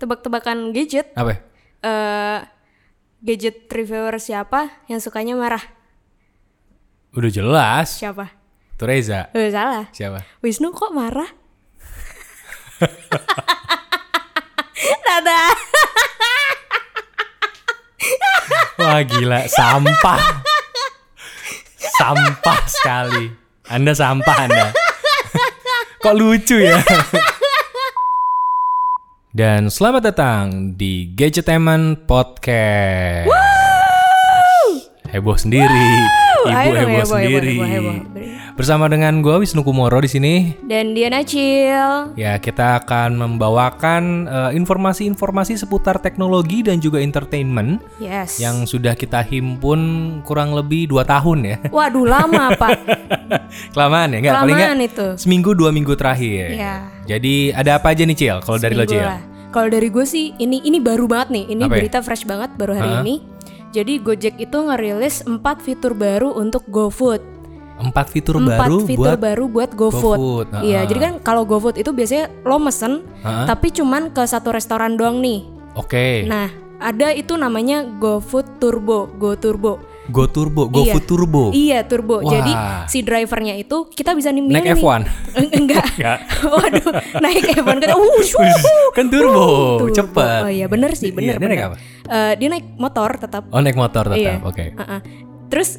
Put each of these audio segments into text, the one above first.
tebak-tebakan gadget. Apa? Gadget reviewer siapa yang sukanya marah? Udah jelas. Siapa? Tuh Reza. Salah. Siapa? Wisnu kok marah? Nada. Wah gila, sampah. Sampah sekali. Anda sampah Anda. Kok lucu ya? Dan selamat datang di Gadgetainment Podcast. Heboh sendiri. Ibu heboh sendiri. Heboh. Bersama dengan gue Wisnu Kumoro di sini. Dan Diana Cil. Ya, kita akan membawakan informasi-informasi seputar teknologi dan juga entertainment. Yes. Yang sudah kita himpun kurang lebih 2 tahun ya. Waduh, lama Pak. Kelamaan ya? Enggak, paling enggak itu. seminggu 2 minggu terakhir. Ya. Jadi ada apa aja nih Cil? Kalau dari lo Cil? Kalau dari gue sih ini baru banget nih. Ini apa berita fresh banget baru hari ini. Jadi Gojek itu ngerilis 4 fitur baru untuk GoFood. 4 fitur 4 fitur baru buat GoFood. Iya, jadi kan kalau GoFood itu biasanya lo mesen, tapi cuman ke satu restoran doang nih. Oke. Nah, ada itu namanya GoFood Turbo, GoFood Turbo. Iya, turbo. Wah. Jadi si drivernya itu kita bisa milih naik F1. Enggak. Waduh, naik F1 kan turbo, cepet. Oh iya, bener sih, bener. Dia naik apa? Dia naik motor tetap. Oh, naik motor tetap. Iya. Oke. Terus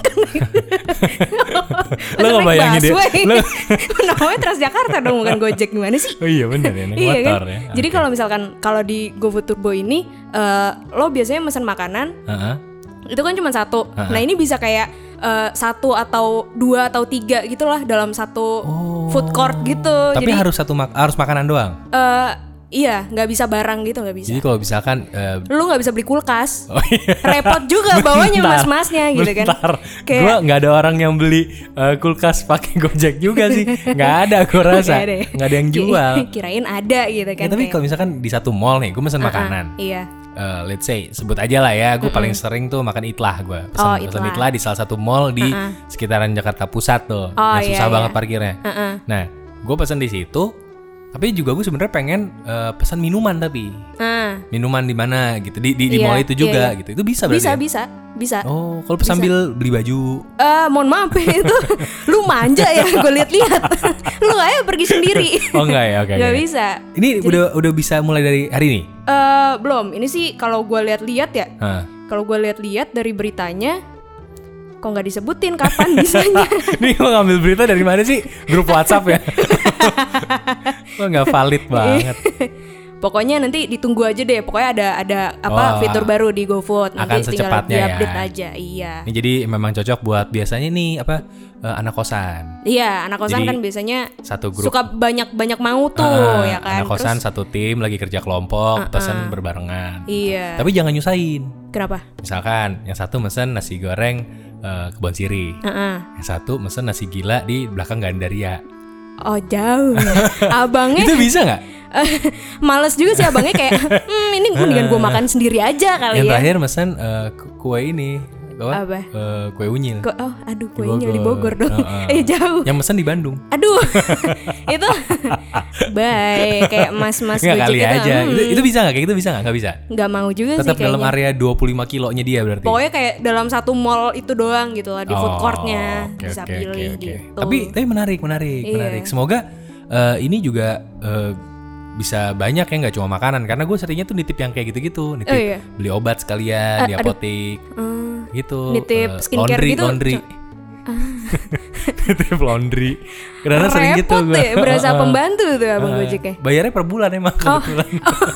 lo nggak bayangin dia? Namanya Transjakarta dong, bukan Gojek, gimana sih? Oh iya bener ya, naik motor kan? Ya. Jadi kalau misalkan di GoFood Turbo ini lo biasanya mesen makanan, itu kan cuma satu. Nah ini bisa kayak 1 atau 2 atau 3 gitulah dalam satu food court gitu. Tapi jadi, harus makanan doang. Iya, nggak bisa barang gitu, nggak bisa. Jadi kalau misalkan lu nggak bisa beli kulkas, iya. Repot juga bawanya mas-masnya gitu kan. Kayak gue nggak ada orang yang beli kulkas pakai Gojek juga sih, nggak ada gue rasa, nggak ada yang jual. Kirain ada gitu kan. Ya, tapi kalau misalkan di satu mall nih, gue mesen makanan. Iya. Let's say sebut aja lah ya, gue paling sering tuh makan Itlah gue. Pesan Itlah di salah satu mall di sekitaran Jakarta Pusat tuh, yang susah banget parkirnya. Nah, gue pesan di situ. Tapi juga gue sebenarnya pengen pesan minuman tapi minuman di mana gitu di mall itu juga gitu. Itu bisa berarti? Bisa. Oh, kalau sambil beli baju? Mohon maaf itu lu manja ya, gue lihat-lihat. Lu aja pergi sendiri. Oh enggak ya, oke. Gak bisa. Ini udah bisa mulai dari hari ini? Belum. Ini sih kalau gue lihat-lihat ya. Kalau gue lihat-lihat dari beritanya, kok nggak disebutin kapan bisanya. Nih lo ngambil berita dari mana sih? Grup WhatsApp ya? Lo nggak valid banget. Pokoknya nanti ditunggu aja deh. Pokoknya ada fitur baru di GoFood. Akan nanti secepatnya tinggal di-update aja. Iya. Ini jadi memang cocok buat biasanya nih anak kosan. Iya, anak kosan jadi, kan biasanya satu grup suka banyak mau tuh ya kan. Anak kosan satu tim lagi kerja kelompok, pesan berbarengan. Iya. Tapi jangan nyusahin. Kenapa? Misalkan yang satu mesen nasi goreng Kebon Sirih, yang satu mesen nasi gila di belakang Gandaria. Oh jauh. Abangnya itu bisa nggak? Males juga sih abangnya kayak ini mendingan gue makan sendiri aja kali yang ya. Yang terakhir mesen kue ini. Apa? Kue unyil. Kue unyil di Bogor dong. Jauh. Yang mesen di Bandung. Aduh. Itu baik kayak mas-mas Gojek kali gitu. Aja. Itu bisa nggak? Kayak gitu bisa nggak? Nggak bisa. Nggak mau juga tetap sih kayaknya. Dalam area 25 kilonya dia berarti. Pokoknya kayak dalam satu mall itu doang gitu lah di food courtnya bisa pilih gitu. Tapi menarik. Semoga ini juga bisa banyak ya, nggak cuma makanan, karena gue seringnya tuh nitip yang kayak gitu-gitu, nitip beli obat sekalian di apotek gitu, nitip skincare laundry. Nitip laundry karena sering gitu gue berasa pembantu tuh abang Gojeknya. Bayarnya per bulan emang kebetulan.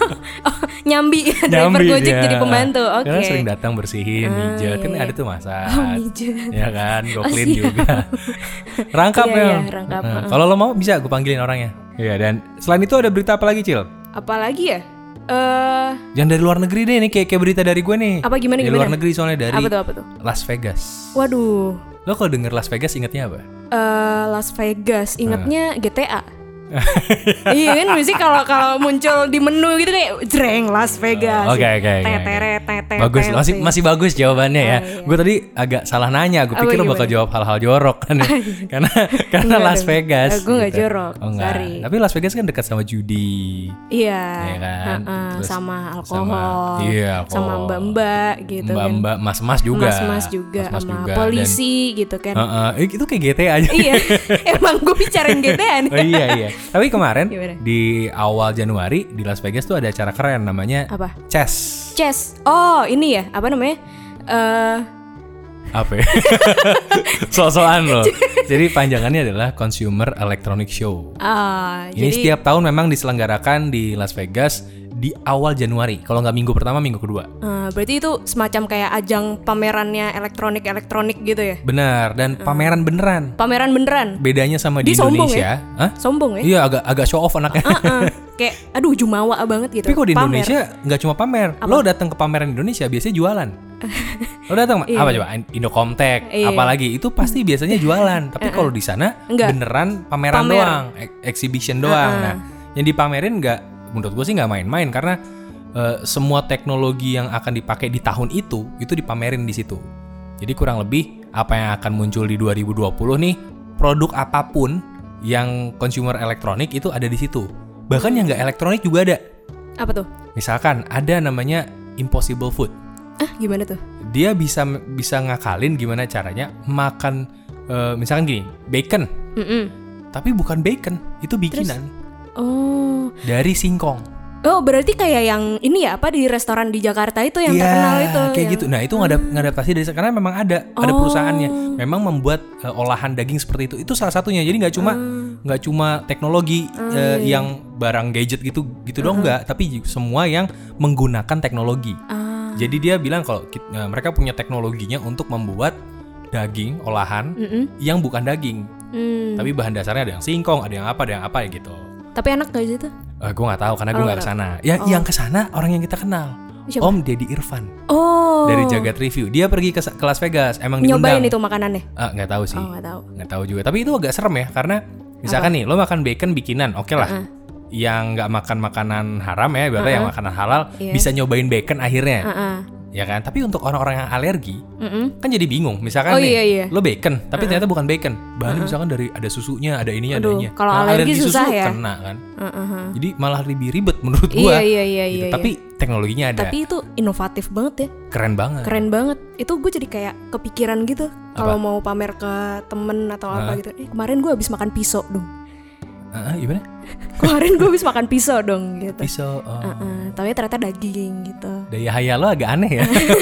Nyambi driver Gojek jadi pembantu. Oke. Karena sering datang bersihin, mijat kan ada tuh masak. Mijat. Ya kan, go clean juga. Rangkap ya. Rangkap. Kalau lo mau bisa gue panggilin orangnya. Iya, dan selain itu ada berita apa lagi, Cil? Apa lagi ya? Yang dari luar negeri deh nih, kayak berita dari gue nih. Apa gimana? Dari luar negeri soalnya, dari apa tuh? Las Vegas. Waduh. Lo kalau denger Las Vegas ingetnya apa? Las Vegas ingetnya GTA. Iya kan, mesti kalau muncul di menu gitu kayak jreng Las Vegas. Oke. Bagus, masih bagus jawabannya ya. Iya. Gue tadi agak salah nanya, gue pikir lo bakal jawab hal-hal jorok kan ya. karena Las Vegas. Gue nggak jorok. Oh enggak. Tapi Las Vegas kan dekat sama judi. Iya. Ya kan? Sama alkohol. Alkohol. Sama mbak-mbak gitu mbak-mbak, kan. Mas-mas juga. Mas-mas juga. Sama polisi dan, gitu kan. Itu kayak GTA aja. Iya. Emang gue bicarain GTA nih. Oh iya. Tapi kemarin di awal Januari di Las Vegas tuh ada acara keren namanya apa? Chess. Oh ini ya, apa namanya? Apa? So-soan loh. Jadi panjangannya adalah Consumer Electronic Show. Ini setiap tahun memang diselenggarakan di Las Vegas di awal Januari. Kalau nggak minggu pertama, minggu kedua. Berarti itu semacam kayak ajang pamerannya elektronik gitu ya? Benar, dan pameran beneran. Pameran beneran. Bedanya sama di Indonesia. Sombong ya? Iya, agak show off anaknya. Kayak aduh jumawa banget gitu. Tapi kok di Indonesia nggak cuma pamer. Lo datang ke pameran Indonesia biasanya jualan. Lo datang apa coba? Indocomtek, apalagi itu pasti biasanya jualan. Tapi kalau di sana beneran pameran doang, exhibition doang. Nah, yang dipamerin menurut gue sih nggak main-main karena semua teknologi yang akan dipakai di tahun itu dipamerin di situ. Jadi kurang lebih apa yang akan muncul di 2020 nih, produk apapun yang consumer elektronik itu ada di situ. Bahkan yang nggak elektronik juga ada. Apa tuh? Misalkan ada namanya Impossible Food. Gimana tuh? Dia bisa ngakalin gimana caranya makan misalkan gini, bacon. Tapi bukan bacon, itu bikinan. Dari singkong. Oh, berarti kayak yang ini ya, apa di restoran di Jakarta itu yang terkenal itu. Kayak gitu. Nah, itu ngadaptasi dari karena memang ada perusahaannya. Memang membuat olahan daging seperti itu. Itu salah satunya. Jadi nggak cuma teknologi yang barang gadget gitu dong, nggak, tapi semua yang menggunakan teknologi. Jadi dia bilang kalau mereka punya teknologinya untuk membuat daging olahan yang bukan daging. Tapi bahan dasarnya ada yang singkong, ada yang apa gitu. Tapi enak gak sih itu? Gue nggak tahu karena gue nggak kesana. Yang kesana orang yang kita kenal. Siapa? Om Deddy Irfan. Dari Jagat Review. Dia pergi ke Las Vegas. Emang nyobain diundang. itu makanannya? Nggak tahu sih. Nggak tahu juga. Tapi itu agak serem ya karena misalkan nih lo makan bacon bikinan, oke lah. Yang nggak makan makanan haram ya, berarti yang makanan halal bisa nyobain bacon akhirnya. Ya kan, tapi untuk orang-orang yang alergi kan jadi bingung. Misalkan lo bacon, tapi ternyata bukan bacon. Bahannya misalkan dari ada susunya, ada ininya, ada ininya. Kalau alergi susah susu ya. Kena kan. Jadi malah lebih ribet menurut gua. Iya. Tapi teknologinya ada. Tapi itu inovatif banget ya. Keren banget. Itu gue jadi kayak kepikiran gitu. Kalau mau pamer ke temen atau apa gitu. Kemarin gue habis makan pisau dong. Gimana? Kemarin gue habis makan pisau dong gitu. Pisau. Tapi ternyata daging gitu. Daya hayal lo agak aneh ya.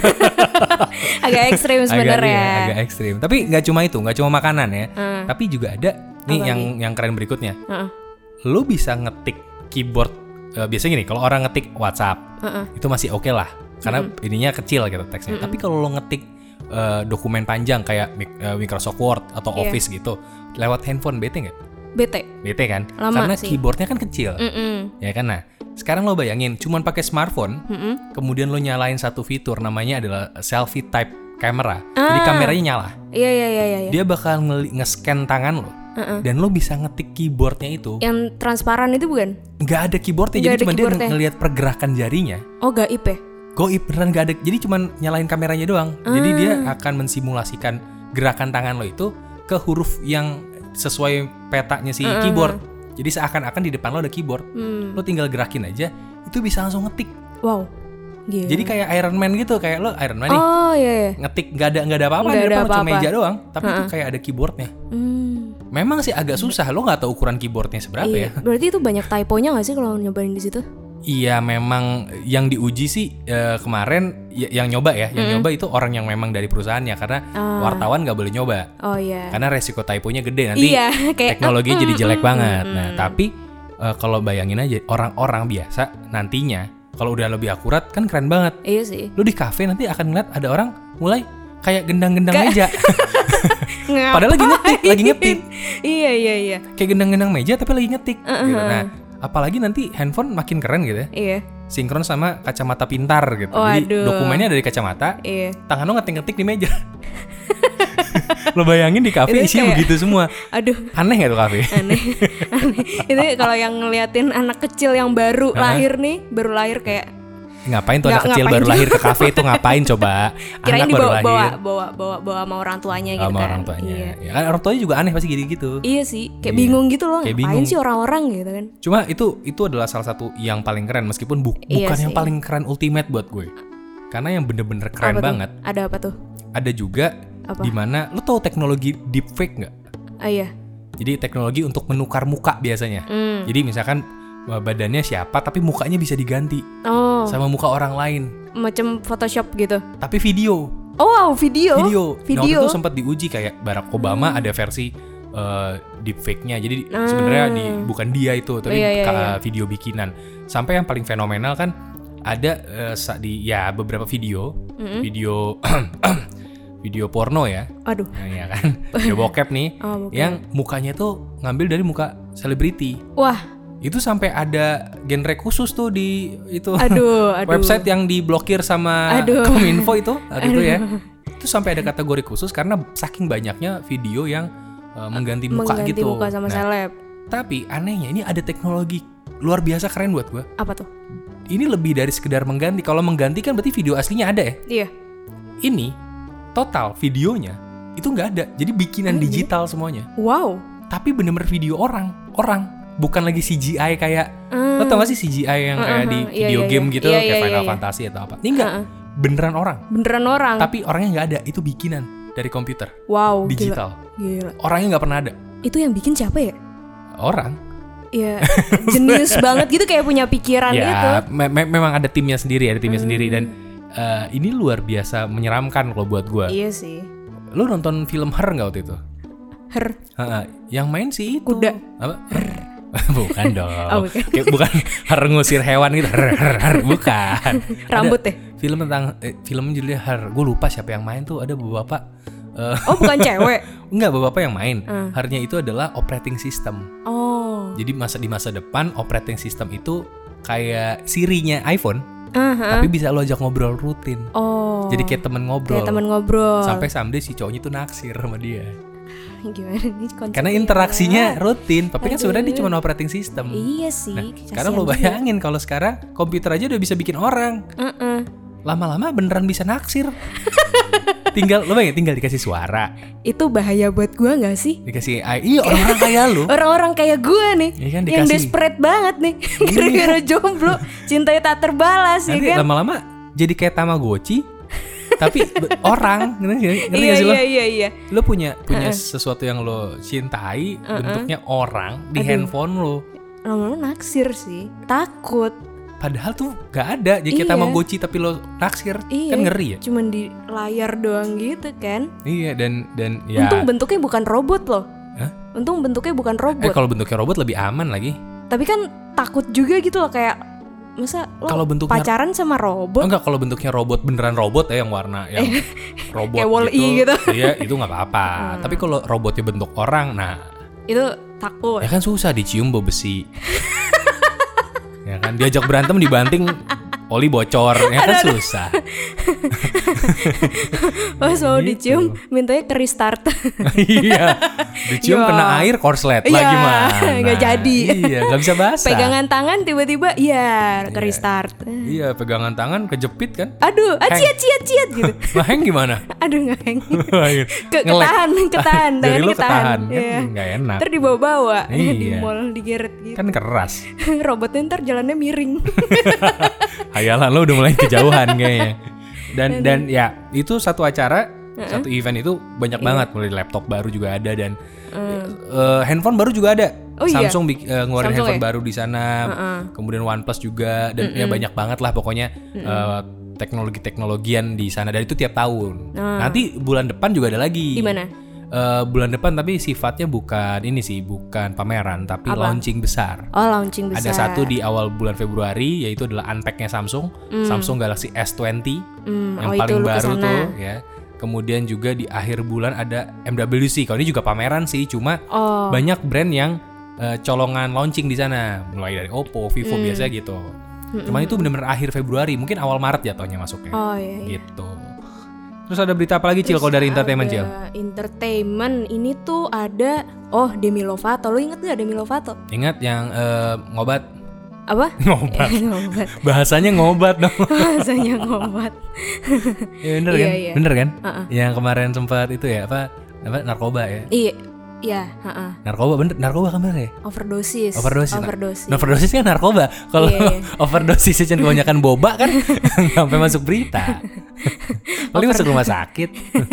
Agak ekstrim sebenarnya. Agak ekstrim. Tapi nggak cuma makanan ya. Tapi juga ada nih yang keren berikutnya. Lo bisa ngetik keyboard. Biasanya gini, kalau orang ngetik WhatsApp itu masih oke lah, karena ininya kecil gitu teksnya. Tapi kalau lo ngetik dokumen panjang kayak Microsoft Word atau Office gitu lewat handphone, bete nggak? Bete kan? Lama karena sih. keyboardnya kan kecil, ya kan? Nah, sekarang lo bayangin, cuman pakai smartphone, kemudian lo nyalain satu fitur namanya adalah selfie type camera. Jadi kameranya nyala. Iya. Dia bakal nge-scan tangan lo, dan lo bisa ngetik keyboardnya itu. Yang transparan itu bukan? Nggak ada keyboardnya, jadi cuma dia ngelihat pergerakan jarinya. Oh, gaib ya? Goib beneran nggak ada, jadi cuma nyalain kameranya doang. Jadi dia akan mensimulasikan gerakan tangan lo itu ke huruf yang sesuai petanya si keyboard. Jadi seakan-akan di depan lo ada keyboard. Lo tinggal gerakin aja, itu bisa langsung ngetik. Wow. Gila. Jadi kayak Iron Man gitu, kayak lo Iron Man nih. Oh iya. Ngetik nggak ada apa-apa di depan, cuma meja doang, tapi itu kayak ada keyboardnya. Memang sih agak susah, lo nggak tahu ukuran keyboardnya seberapa ya. Berarti itu banyak typonya nggak sih kalau nyobain di situ? Iya, memang yang diuji sih kemarin yang nyoba ya, yang nyoba itu orang yang memang dari perusahaannya, karena wartawan nggak boleh nyoba. Oh iya. Karena resiko typonya gede, nanti teknologinya jadi jelek banget. Nah, tapi kalau bayangin aja orang-orang biasa nantinya kalau udah lebih akurat kan keren banget. Iya sih. Lu di kafe nanti akan ngeliat ada orang mulai kayak gendang-gendang meja. Padahal lagi ngetik. Iya. Kayak gendang-gendang meja tapi lagi ngetik. Gitu. Nah, apalagi nanti handphone makin keren gitu ya. Iya. Sinkron sama kacamata pintar gitu. Jadi dokumennya dari kacamata, tangan lo ngetik-ngetik di meja. Lo bayangin di kafe isinya begitu semua. Aduh. Aneh gak tuh kafe? Aneh. Itu kalau yang ngeliatin anak kecil yang baru lahir nih, baru lahir kayak ngapain tuh anak kecil baru lahir ke kafe itu ngapain coba? Kirain dibawa sama orang tuanya gitu kan. Sama orang tuanya. Iya. Ya kan orang tuanya juga aneh pasti gitu. Iya sih, kayak bingung gitu loh. Ngapain sih orang-orang gitu kan. Cuma itu adalah salah satu yang paling keren meskipun bukan yang paling keren ultimate buat gue. Karena yang bener-bener keren banget. Ada apa tuh? Ada juga di mana lo tau teknologi deepfake nggak? Iya. Jadi teknologi untuk menukar muka biasanya. Jadi misalkan badannya siapa tapi mukanya bisa diganti sama muka orang lain. Macam Photoshop gitu. Tapi video. Oh wow, video. Nah, itu sempat diuji kayak Barack Obama ada versi deepfake-nya. Jadi sebenarnya bukan dia itu, tapi video bikinan. Sampai yang paling fenomenal kan ada beberapa video video porno ya. Aduh. Nah, ya kan. Video bokep nih yang mukanya tuh ngambil dari muka selebriti. Wah. Itu sampai ada genre khusus tuh di itu. Aduh. Website yang diblokir sama Kominfo itu ya. Itu sampai ada kategori khusus karena saking banyaknya video yang mengganti muka sama seleb. Tapi anehnya ini ada teknologi luar biasa keren buat gue. Apa tuh? Ini lebih dari sekedar mengganti. Kalau mengganti kan berarti video aslinya ada ya? Iya. Ini total videonya itu nggak ada. Jadi bikinan digital semuanya. Wow. Tapi bener-bener video orang. Bukan lagi CGI kayak lo tau gak sih CGI yang kayak di video game gitu kayak Final Fantasy atau apa. Ini enggak, beneran orang. Tapi orangnya nggak ada, itu bikinan dari komputer. Wow, digital. Gila. Orangnya nggak pernah ada. Itu yang bikin siapa ya? Orang. Iya, jenius banget gitu, kayak punya pikiran gitu. Memang ada timnya sendiri, dan ini luar biasa menyeramkan kalau buat gue. Iya sih. Lo nonton film Her nggak waktu itu? Her. Yang main sih itu. Kuda. Apa? Bukan dong. Bukan Her ngusir hewan gitu. Her. Bukan. Rambut deh. Film tentang film judulnya Her. Gue lupa siapa yang main tuh. Ada bapak. Bukan cewek. Enggak, bapak yang main. Her-nya itu adalah operating system. Jadi di masa depan operating system itu kayak Siri-nya iPhone. Tapi bisa lo ajak ngobrol rutin. Jadi kayak temen ngobrol. Sampai someday si cowoknya tuh naksir sama dia. Gimana nih konsepnya? Karena interaksinya rutin, tapi kan sebenarnya dia cuma operating system. Iya sih. Nah, sekarang lo bayangin kalau sekarang komputer aja udah bisa bikin orang. Lama-lama beneran bisa naksir. tinggal dikasih suara. Itu bahaya buat gua nggak sih? Dikasih iya orang-orang kayak lu. Orang-orang kayak gua nih, ya kan, yang desperate banget nih, gara-gara jomblo, cintanya tak terbalas. Nanti ya kan? Lama-lama jadi kayak Tamagotchi. Tapi orang, ngerti gak sih lo? Iya. Lo punya sesuatu yang lo cintai, bentuknya orang di handphone lo. Lama-lama naksir sih, takut. Padahal tuh gak ada, jadi kayak Tamagotchi tapi lo naksir, kan ngeri ya? Cuman di layar doang gitu kan? Iya, dan ya. Untung bentuknya bukan robot loh. Untung bentuknya bukan robot. Kalau bentuknya robot lebih aman lagi. Tapi kan takut juga gitu loh, kayak masa lo pacaran sama robot? Enggak, kalau bentuknya robot, beneran robot ya, yang warna yang robot kayak Wall-E gitu. Iya, itu gak apa-apa. Tapi kalau robotnya bentuk orang, nah itu takut. Ya kan susah dicium bau besi. Ya kan diajak berantem dibanting oli bocor, ya kan susah. Pas mau dicium mintanya ke restart. Iya. Dicium kena air korslet lah gimana? Gak jadi. Iya, gak bisa basah. Pegangan tangan tiba-tiba ke restart. Iya, pegangan tangan kejepit kan? Aduh, ciat gitu. Ngeheng gimana? Aduh, ngeheng. Ketahan. Dari lu ketahan. Kan gak enak. Ntar dibawa-bawa di mall, digeret gitu. Kan keras. Robotnya ntar jalannya miring. Hayalan lo udah mulai kejauhan kayaknya. Dan ya itu satu acara, satu event itu banyak banget, mulai laptop baru juga ada dan handphone baru juga ada. Samsung ngeluarin handphone baru di sana, kemudian OnePlus juga dan ya banyak banget lah pokoknya teknologi-teknologian di sana dan itu tiap tahun. Nanti bulan depan juga ada lagi. Di mana? Bulan depan tapi sifatnya bukan pameran tapi launching besar. Launching besar. Ada satu di awal bulan Februari yaitu adalah unpack-nya Samsung Galaxy S20 yang paling baru tuh ya. Kemudian juga di akhir bulan ada MWC. Kalau ini juga pameran sih, cuma banyak brand yang colongan launching di sana, mulai dari Oppo, Vivo biasa gitu. Cuman itu benar-benar akhir Februari, mungkin awal Maret jatuhnya masuknya. Iya. Gitu. Terus ada berita apa lagi Cil kalau dari entertainment Cil? Entertainment ini tuh ada Demi Lovato. Lu inget gak Demi Lovato? Ingat yang ngobat. Apa? Ngobat. Bahasanya ngobat dong. Bahasanya ngobat. Ya bener kan? Iya. Bener kan? Yang kemarin sempat itu ya apa narkoba ya? Iya, Narkoba bener, narkoba kan bener ya? Overdosis kan narkoba. Kalau overdosis aja kebanyakan boba kan sampai masuk berita. Paling masuk rumah sakit.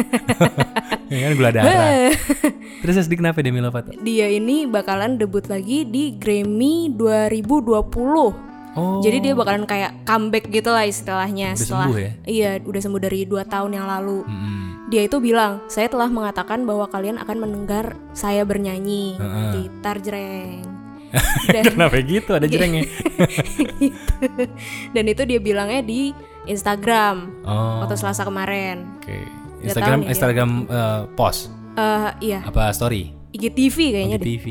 Ya kan gula darah. Terus sedih kenapa Demi Lovato? Dia ini bakalan debut lagi di Grammy 2020. Jadi dia bakalan kayak comeback gitu lah istilahnya. Udah sembuh ya? Iya, udah sembuh dari 2 tahun yang lalu. Dia itu bilang, saya telah mengatakan bahwa kalian akan mendengar saya bernyanyi gitar jreng. Kenapa gitu ada jrengnya? Gitu. Dan itu dia bilangnya di Instagram waktu Selasa kemarin. Instagram post? Iya. Apa story? IGTV kayaknya IGTV.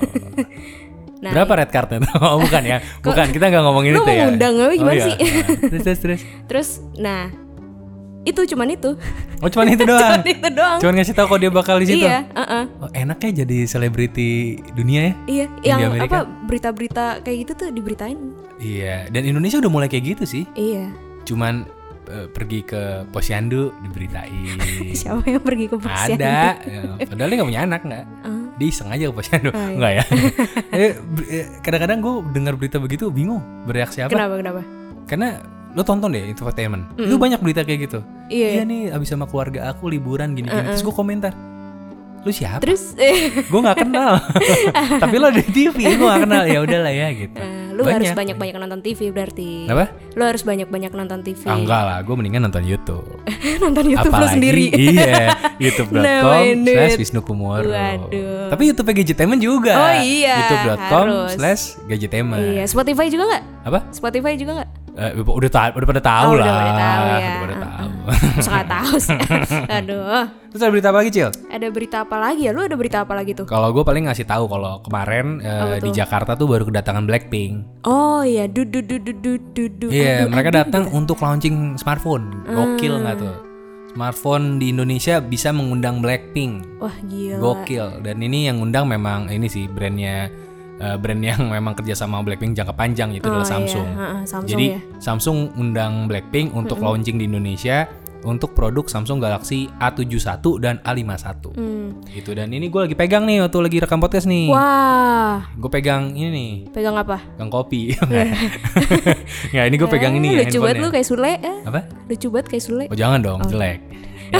Nah, berapa red cardnya? Bukan ya, bukan, kita nggak ngomongin itu ya. Lu mengundang gue gimana sih? Terus, nah itu cuman itu. Cuman itu doang. Cuman ngasih tahu kok dia bakal di situ. Iya. Enaknya jadi selebriti dunia ya? Iya. Yang apa berita-berita kayak gitu tuh diberitain. Iya. Dan Indonesia udah mulai kayak gitu sih. Iya. Cuman pergi ke Posyandu diberitain. Siapa yang pergi ke Posyandu? Ada. Padahal dia nggak punya anak nggak. Dia iseng aja ke Posyandu. Enggak ya. Kadang-kadang gue dengar berita begitu bingung bereaksi apa. Kenapa? Karena lo tonton deh entertainment. Itu banyak berita kayak gitu. Iya nih abis sama keluarga aku liburan gini-gini. Terus gue komentar, lu siapa? Terus gue nggak kenal. Tapi lo di TV gue nggak kenal. Ya udahlah ya gitu. Lu harus banyak-banyak nonton TV berarti. Apa? Lu harus banyak-banyak nonton TV. Enggak lah, gue mendingan nonton YouTube. Nonton YouTube lu sendiri. Iya, youtube.com/wisnukumoro. Waduh. Tapi YouTube Gadgetainment juga. Oh iya. youtube.com/Gadgetainment. Iya, Spotify juga nggak? Apa? Spotify juga nggak? Udah pada tahu lah. Udah pada tahu ya. Udah pada tahu. Masa nggak tahu sih. Aduh. Terus ada berita apa lagi Cil? Ada berita apa lagi ya? Lu ada berita apa lagi tuh? Kalau gue paling ngasih tahu kalau kemarin di Jakarta tuh baru kedatangan Blackpink. Oh iya, Iya, mereka datang untuk launching smartphone. Gokil nggak tuh? Smartphone di Indonesia bisa mengundang Blackpink. Wah gila. Gokil. Dan ini yang undang memang ini sih brand yang memang kerja sama Blackpink jangka panjang itu adalah Samsung. Iya. Samsung. Jadi ya? Samsung undang Blackpink untuk launching di Indonesia untuk produk Samsung Galaxy A71 dan A51. Gitu. Dan ini gue lagi pegang nih waktu lagi rekam podcast nih. Wah. Gue pegang ini nih. Pegang apa? Pegang kopi. Nggak, ini gue pegang ini. Lucu banget lu kayak Sule. Apa? Lucu banget kayak Sule. Oh jangan dong, jelek. Ya.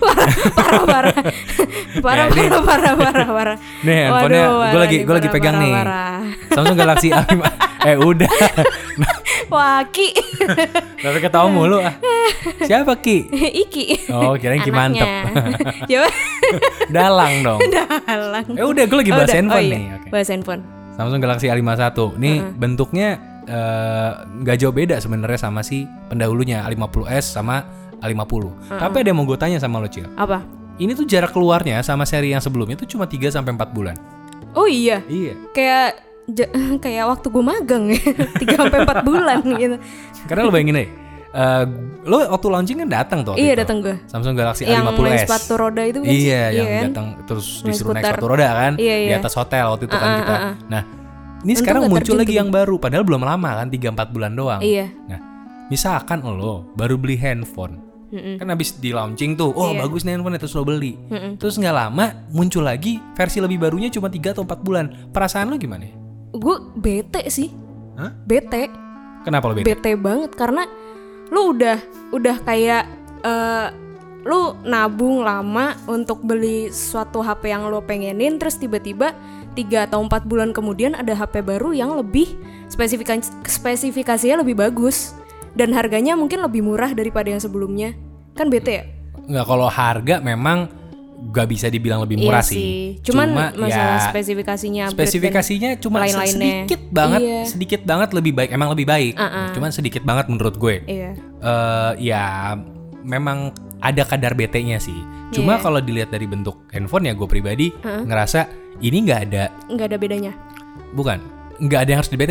Parah. Nih handphonenya gue lagi pegang nih. Samsung Galaxy A5. Udah. Wah Ki. Tapi ketawa mulu ah. Siapa Ki? Iki. Oh kirain Ki mantep. Coba. Dalang dong. Dalang. Udah gue lagi bahas handphone nih. Okay. Bahas handphone. Samsung Galaxy A51. Nih bentuknya nggak jauh beda sebenarnya sama si pendahulunya A50s sama A50. Tapi ada yang mau gue tanya sama lo Cil. Apa? Ini tuh jarak keluarnya sama seri yang sebelumnya tuh cuma 3-4 bulan. Oh iya? Iya. Kayak waktu gue magang ya. 3-4 bulan gitu. Karena lo bayangin deh. Lo waktu launching kan datang tuh. Iya datang gue. Samsung Galaxy A50s. Yang main sepatu roda itu kan? Iya yang kan? Datang terus disuruh naik sepatu roda kan. Iya. Di atas hotel waktu itu kan kita. Nah ini sekarang muncul lagi yang baru. Padahal belum lama kan 3-4 bulan doang. Iya. Nah misalkan lo baru beli handphone. Kan habis di launching tuh, bagus nih handphone terus lo beli. Terus nggak lama muncul lagi versi lebih barunya cuma 3 atau 4 bulan. Perasaan lo gimana? Gue bete sih. Hah? Bete. Kenapa lo bete? Bete banget karena lo udah kayak lo nabung lama untuk beli suatu HP yang lo pengenin, terus tiba-tiba 3 atau 4 bulan kemudian ada HP baru yang lebih spesifikasinya lebih bagus. Dan harganya mungkin lebih murah daripada yang sebelumnya. Kan bete ya? Nggak, kalau harga memang gak bisa dibilang lebih murah sih. Cuma masalah spesifikasinya cuma sedikit banget lebih baik. Emang lebih baik. Cuman sedikit banget menurut gue. Iya. Ya memang ada kadar bete-nya sih. Cuma kalau dilihat dari bentuk handphone ya gue pribadi ngerasa ini nggak ada bedanya. Bukan, nggak ada yang harus dibetein.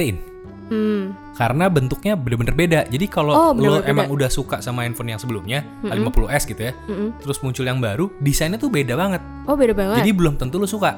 Karena bentuknya bener-bener beda. Jadi kalau lo emang udah suka sama handphone yang sebelumnya, A50s gitu ya, terus muncul yang baru, desainnya tuh beda banget. Oh, beda banget. Jadi belum tentu lo suka.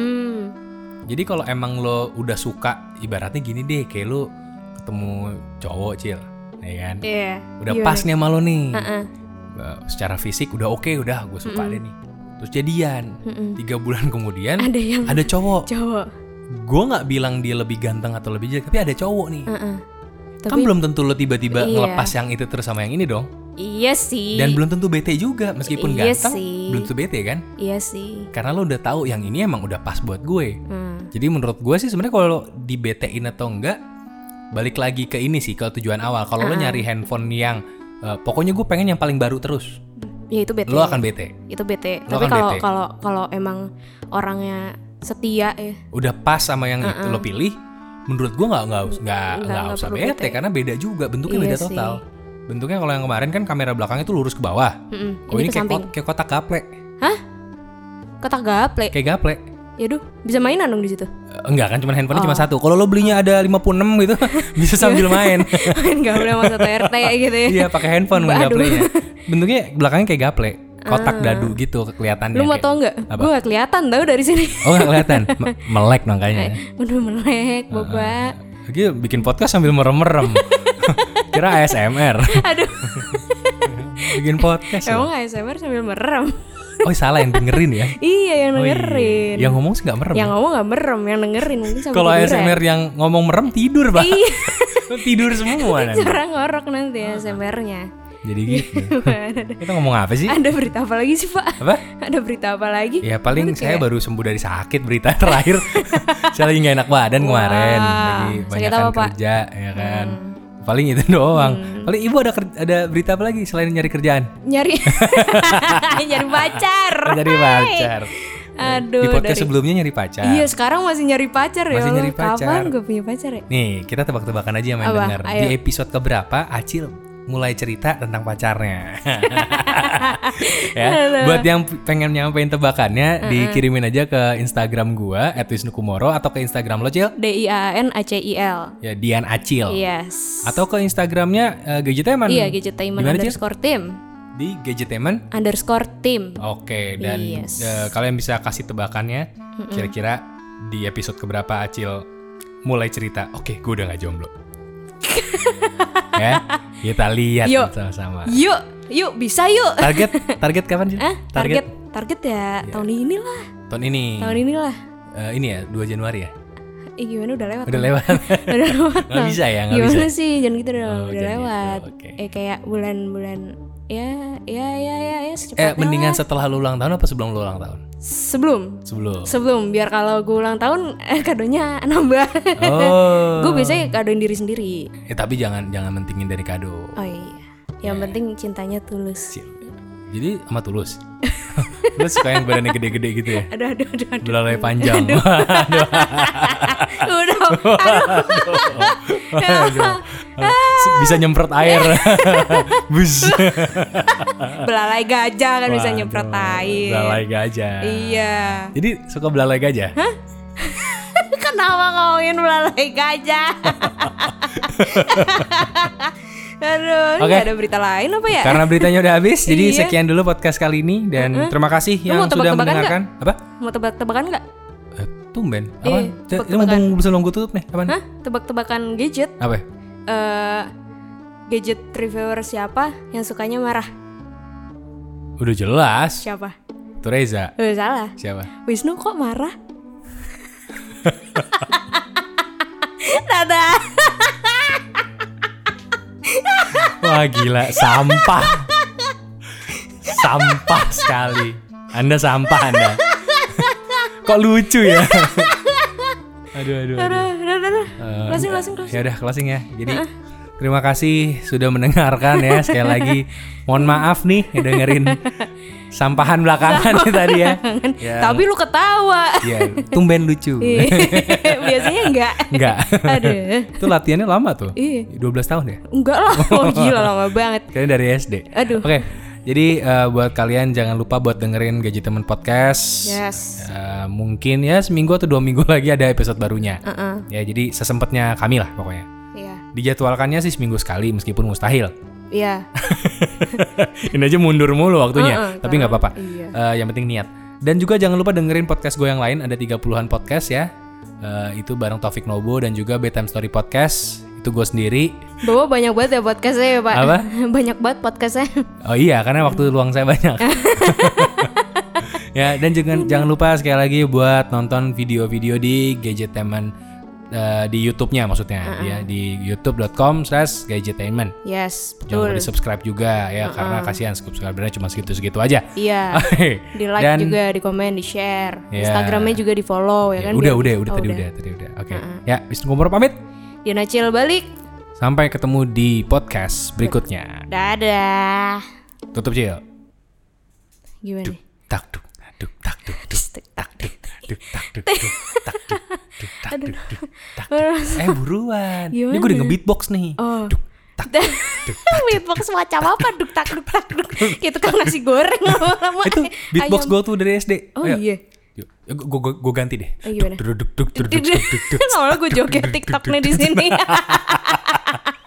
Jadi kalau emang lo udah suka, ibaratnya gini deh, kayak lo ketemu cowok, Cil, ya kan? Yeah. Udah pas nih sama lo nih. Secara fisik udah oke, udah gue suka deh nih. Terus jadian. 3 bulan kemudian ada cowok. Gue nggak bilang dia lebih ganteng atau lebih jelek, tapi ada cowok nih. Kan belum tentu lo tiba-tiba ngelepas yang itu terus sama yang ini dong. Iya sih. Dan belum tentu bete juga, meskipun ganteng, belum tentu bete kan? Iya sih. Karena lo udah tahu yang ini emang udah pas buat gue. Jadi menurut gue sih sebenarnya kalau dibetein atau enggak, balik lagi ke ini sih, ke tujuan awal. Kalau lo nyari handphone yang pokoknya gue pengen yang paling baru terus, ya itu bete. Lo akan bete. Itu bete. Tapi kalau emang orangnya setia ya, udah pas sama yang itu lo pilih, menurut gue nggak usah bete, karena beda juga bentuknya, beda total. Bentuknya kalau yang kemarin kan kamera belakangnya tuh lurus ke bawah. Ini kayak kotak gaplek. Hah? Kotak gaplek? Kayak gaplek. Yaduh, bisa mainan dong di situ? Enggak kan, cuma handphonenya cuma satu. Kalau lo belinya ada 56 gitu, bisa sambil main. Main gaplek sama satu RT gitu ya. Iya, pakai handphone main gapleknya. Bentuknya belakangnya kayak gaplek. Kotak dadu gitu kelihatannya. Lu mau tau nggak? Gue nggak kelihatan tau dari sini. Oh, nggak kelihatan? Melek dong kayaknya. Udah melek, Bapak. Lagi bikin podcast sambil merem-merem. Kira ASMR. Aduh. Bikin podcast. Emang ASMR sambil merem? Oh, salah yang dengerin ya? Iya, yang dengerin. Yang ngomong sih nggak merem. Yang ngomong nggak merem, yang dengerin mungkin sambil. Kalau ASMR yang ngomong merem tidur, Pak. Iya. Tidur semua nanti. Cara ngorok nanti ASMR-nya. Jadi gitu. Kita ngomong apa sih? Ada berita apa lagi sih, Pak? Apa? Ada berita apa lagi? Ya paling saya baru sembuh dari sakit, berita terakhir. Saya lagi gak enak badan kemarin. Lagi banyakan kerja, ya kan. Paling itu doang. Paling ibu ada berita apa lagi selain nyari kerjaan? Nyari pacar. Nyari pacar. Aduh, di podcast sebelumnya nyari pacar. Iya, sekarang masih nyari pacar ya. Masih nyari pacar. Kapan gue punya pacar ya? Nih, kita tebak-tebakan aja yang main denger. Di episode keberapa Acil mulai cerita tentang pacarnya. Ya, buat yang pengen nyampein tebakannya, dikirimin aja ke Instagram gua @wisnukumoro atau ke Instagram lo, Cil. DIANACIL. Ya, Dian Acil. Yes. Atau ke Instagramnya Gadgetainment. Iya, Gadgetainment _team. Di Gadgetainment _team. Oke, dan kalian bisa kasih tebakannya kira-kira di episode keberapa Acil mulai cerita. Oke, gue udah gak jomblo. Ya, kita lihat sama-sama. Yuk, bisa yuk. Target kapan sih? Target ya tahun ini lah. Tahun ini lah. Ini ya 2 Januari ya? Gimana udah lewat? Udah lewat. Nggak bisa ya? Gimana sih? Jangan gitu dong. Udah lewat. Okay. Kayak bulan-bulan ya secepatnya. Mendingan setelah lu ulang tahun apa sebelum lu ulang tahun? Sebelum biar kalau gue ulang tahun kadonya nambah. Gue biasanya kadoin diri sendiri. Tapi jangan mentingin dari kado. Oh iya. Yang penting cintanya tulus. Jadi sama tulus. Lu suka yang badannya gede-gede gitu ya? Aduh. Belalai panjang. Bisa nyemprot air. Bus. Belalai gajah kan bisa nyemprot air. Belalai gajah. Iya. Jadi suka belalai gajah? Hah? Kenapa ngomongin belalai gajah? Aduh, nggak ada berita lain apa ya? Karena beritanya udah habis, jadi sekian dulu podcast kali ini dan terima kasih yang sudah mendengarkan. Gak? Apa? Mau tebak-tebakan nggak? Tumben. Apaan? Ini belum gue tutup nih. Apaan? Hah? Tebak-tebakan gadget. Apa? Gadget reviewer siapa yang sukanya marah? Udah jelas. Siapa? Tuh Reza. Salah. Siapa? Wisnu kok marah? Dadah. Wah gila, sampah sekali. Anda sampah Anda. Kok lucu ya? Aduh. Closing. Ya udah closing ya. Jadi terima kasih sudah mendengarkan ya. Sekali lagi mohon maaf nih dengerin sampahan belakangan nih tadi ya. Tapi lu ketawa. Iya, tumben lucu. Biasanya enggak. Aduh. Itu latihannya lama tuh. 12 tahun ya? Enggak lah. Oh gila lama banget. Kayaknya dari SD. Aduh. Oke. Jadi buat kalian jangan lupa buat dengerin Gadgetainment Podcast. Yes. Mungkin ya seminggu atau 2 minggu lagi ada episode barunya. Ya jadi sesempatnya kami lah pokoknya. Iya. Dijadwalkannya sih seminggu sekali meskipun mustahil. Iya. Ini aja mundur mulu waktunya. Tapi nggak apa-apa. Iya. Yang penting niat. Dan juga jangan lupa dengerin podcast gue yang lain. Ada 30-an podcast ya. Itu bareng Taufik Nobo dan juga Bedtime Story Podcast. Itu gue sendiri. Bawa banyak banget ya podcastnya ya Pak. Apa? Banyak banget podcastnya. Oh iya, karena waktu luang saya banyak. Ya, dan jangan lupa sekali lagi buat nonton video-video di Gadgetainment di YouTube-nya maksudnya ya, di youtube.com/gadgetainment. Yes, betul. Jangan lupa di-subscribe juga ya, karena kasihan subscribernya cuma segitu-segitu aja. Iya. Di-like dan, juga, di-komen, di-share. Yeah. Instagram-nya juga di-follow ya kan. Udah tadi udah. Oke. Ya, Wisnu Kumoro pamit. Diana Cil balik. Sampai ketemu di podcast berikutnya. Dadah. Tutup Cil. Gimana? Tak duk. Buruan. Gimana? Ini gue udah nge-beatbox nih. Oh. Beatbox macam apa? Duk tak. Gitu kan nasi goreng lama-lama. Itu beatbox gue tuh dari SD. Oh iya. Gue ganti deh. Gimana? Duk. Soalnya gue joget TikTok nih di sini.